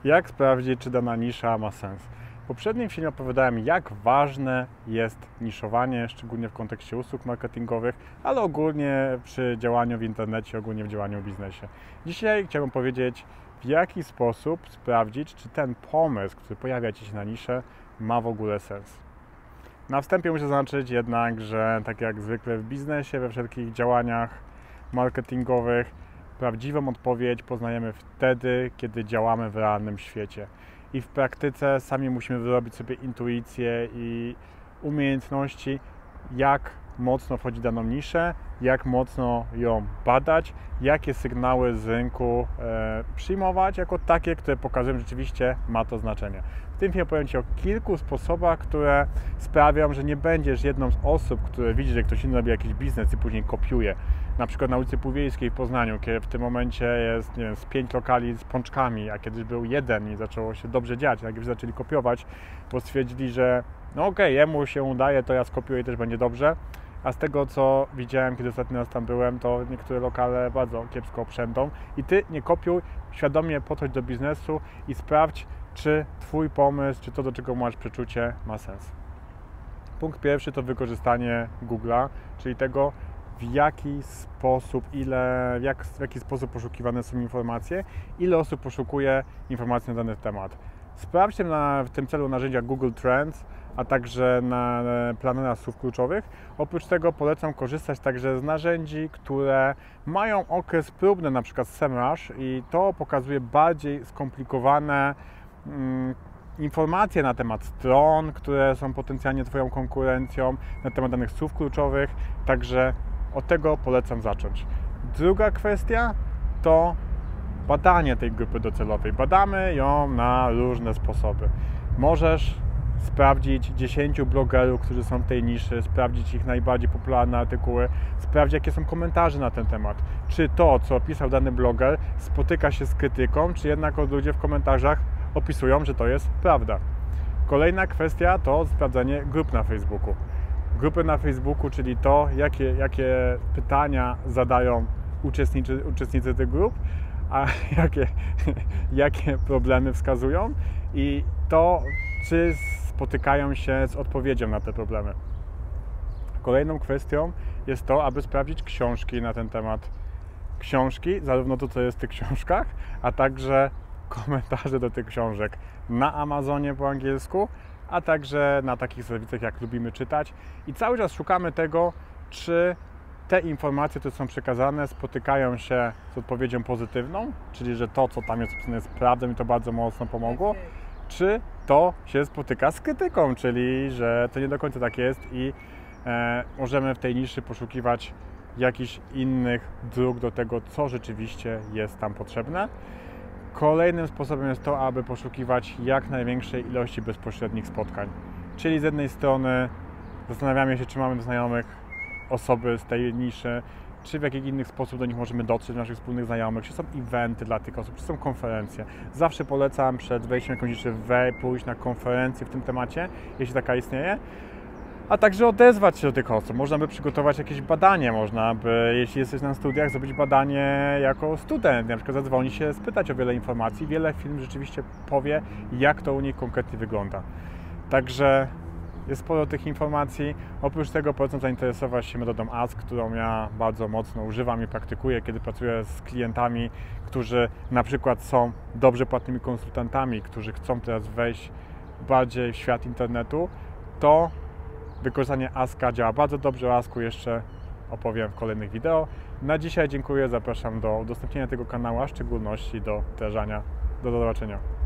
Jak sprawdzić, czy dana nisza ma sens? W poprzednim filmie opowiadałem, jak ważne jest niszowanie, szczególnie w kontekście usług marketingowych, ale ogólnie przy działaniu w internecie, ogólnie w działaniu w biznesie. Dzisiaj chciałbym powiedzieć, w jaki sposób sprawdzić, czy ten pomysł, który pojawia Ci się na niszę, ma w ogóle sens. Na wstępie muszę zaznaczyć jednak, że tak jak zwykle w biznesie, we wszelkich działaniach marketingowych, prawdziwą odpowiedź poznajemy wtedy, kiedy działamy w realnym świecie. I w praktyce sami musimy wyrobić sobie intuicję i umiejętności, jak mocno wchodzi daną niszę, jak mocno ją badać, jakie sygnały z rynku przyjmować jako takie, które pokazują, że rzeczywiście ma to znaczenie. W tym filmie powiem Ci o kilku sposobach, które sprawią, że nie będziesz jedną z osób, które widzi, że ktoś inny robi jakiś biznes i później kopiuje. Na przykład na ulicy Półwiejskiej w Poznaniu, kiedy w tym momencie jest, nie wiem, z 5 lokali z pączkami, a kiedyś był jeden i zaczęło się dobrze dziać, jak zaczęli kopiować, bo stwierdzili, że no okej, jemu się udaje, to ja skopiuję i też będzie dobrze. A z tego, co widziałem, kiedy ostatni raz tam byłem, to niektóre lokale bardzo kiepsko przędą. I Ty nie kopiuj, świadomie podchodź do biznesu i sprawdź, czy Twój pomysł, czy to, do czego masz przeczucie, ma sens. Punkt pierwszy to wykorzystanie Google'a, czyli tego, w jaki sposób, w jaki sposób poszukiwane są informacje, ile osób poszukuje informacji na dany temat. Sprawdźcie w tym celu narzędzia Google Trends, a także na planera słów kluczowych. Oprócz tego polecam korzystać także z narzędzi, które mają okres próbny, na przykład SEMrush, i to pokazuje bardziej skomplikowane informacje na temat stron, które są potencjalnie Twoją konkurencją, na temat danych słów kluczowych, także od tego polecam zacząć. Druga kwestia to badanie tej grupy docelowej. Badamy ją na różne sposoby. Możesz sprawdzić 10 blogerów, którzy są w tej niszy, sprawdzić ich najbardziej popularne artykuły, sprawdzić, jakie są komentarze na ten temat. Czy to, co opisał dany bloger, spotyka się z krytyką, czy jednak ludzie w komentarzach opisują, że to jest prawda. Kolejna kwestia to sprawdzenie grup na Facebooku. Grupy na Facebooku, czyli to, jakie pytania zadają uczestnicy tych grup, a jakie problemy wskazują i to, czy spotykają się z odpowiedzią na te problemy. Kolejną kwestią jest to, aby sprawdzić książki na ten temat. Książki, zarówno to, co jest w tych książkach, a także komentarze do tych książek na Amazonie po angielsku, a także na takich serwisach, jak lubimy czytać. I cały czas szukamy tego, czy te informacje, które są przekazane, spotykają się z odpowiedzią pozytywną, czyli że to, co tam jest napisane, jest prawdą i to bardzo mocno pomogło, czy to się spotyka z krytyką, czyli że to nie do końca tak jest i możemy w tej niszy poszukiwać jakichś innych dróg do tego, co rzeczywiście jest tam potrzebne. Kolejnym sposobem jest to, aby poszukiwać jak największej ilości bezpośrednich spotkań. Czyli z jednej strony zastanawiamy się, czy mamy znajomych osoby z tej niszy, czy w jaki inny sposób do nich możemy dotrzeć, do naszych wspólnych znajomych, czy są eventy dla tych osób, czy są konferencje. Zawsze polecam przed wejściem w jakąś niszę pójść na konferencję w tym temacie, jeśli taka istnieje, a także odezwać się do tych osób. Można by przygotować jakieś badanie, można by, jeśli jesteś na studiach, zrobić badanie jako student, na przykład zadzwonić się, spytać o wiele informacji. Wiele firm rzeczywiście powie, jak to u nich konkretnie wygląda. Także jest sporo tych informacji. Oprócz tego polecam zainteresować się metodą Ask, którą ja bardzo mocno używam i praktykuję, kiedy pracuję z klientami, którzy na przykład są dobrze płatnymi konsultantami, którzy chcą teraz wejść bardziej w świat internetu, to wykorzystanie Aska działa bardzo dobrze. O Asku jeszcze opowiem w kolejnych wideo. Na dzisiaj dziękuję, zapraszam do udostępnienia tego kanału, a w szczególności do wdrażania. Do zobaczenia.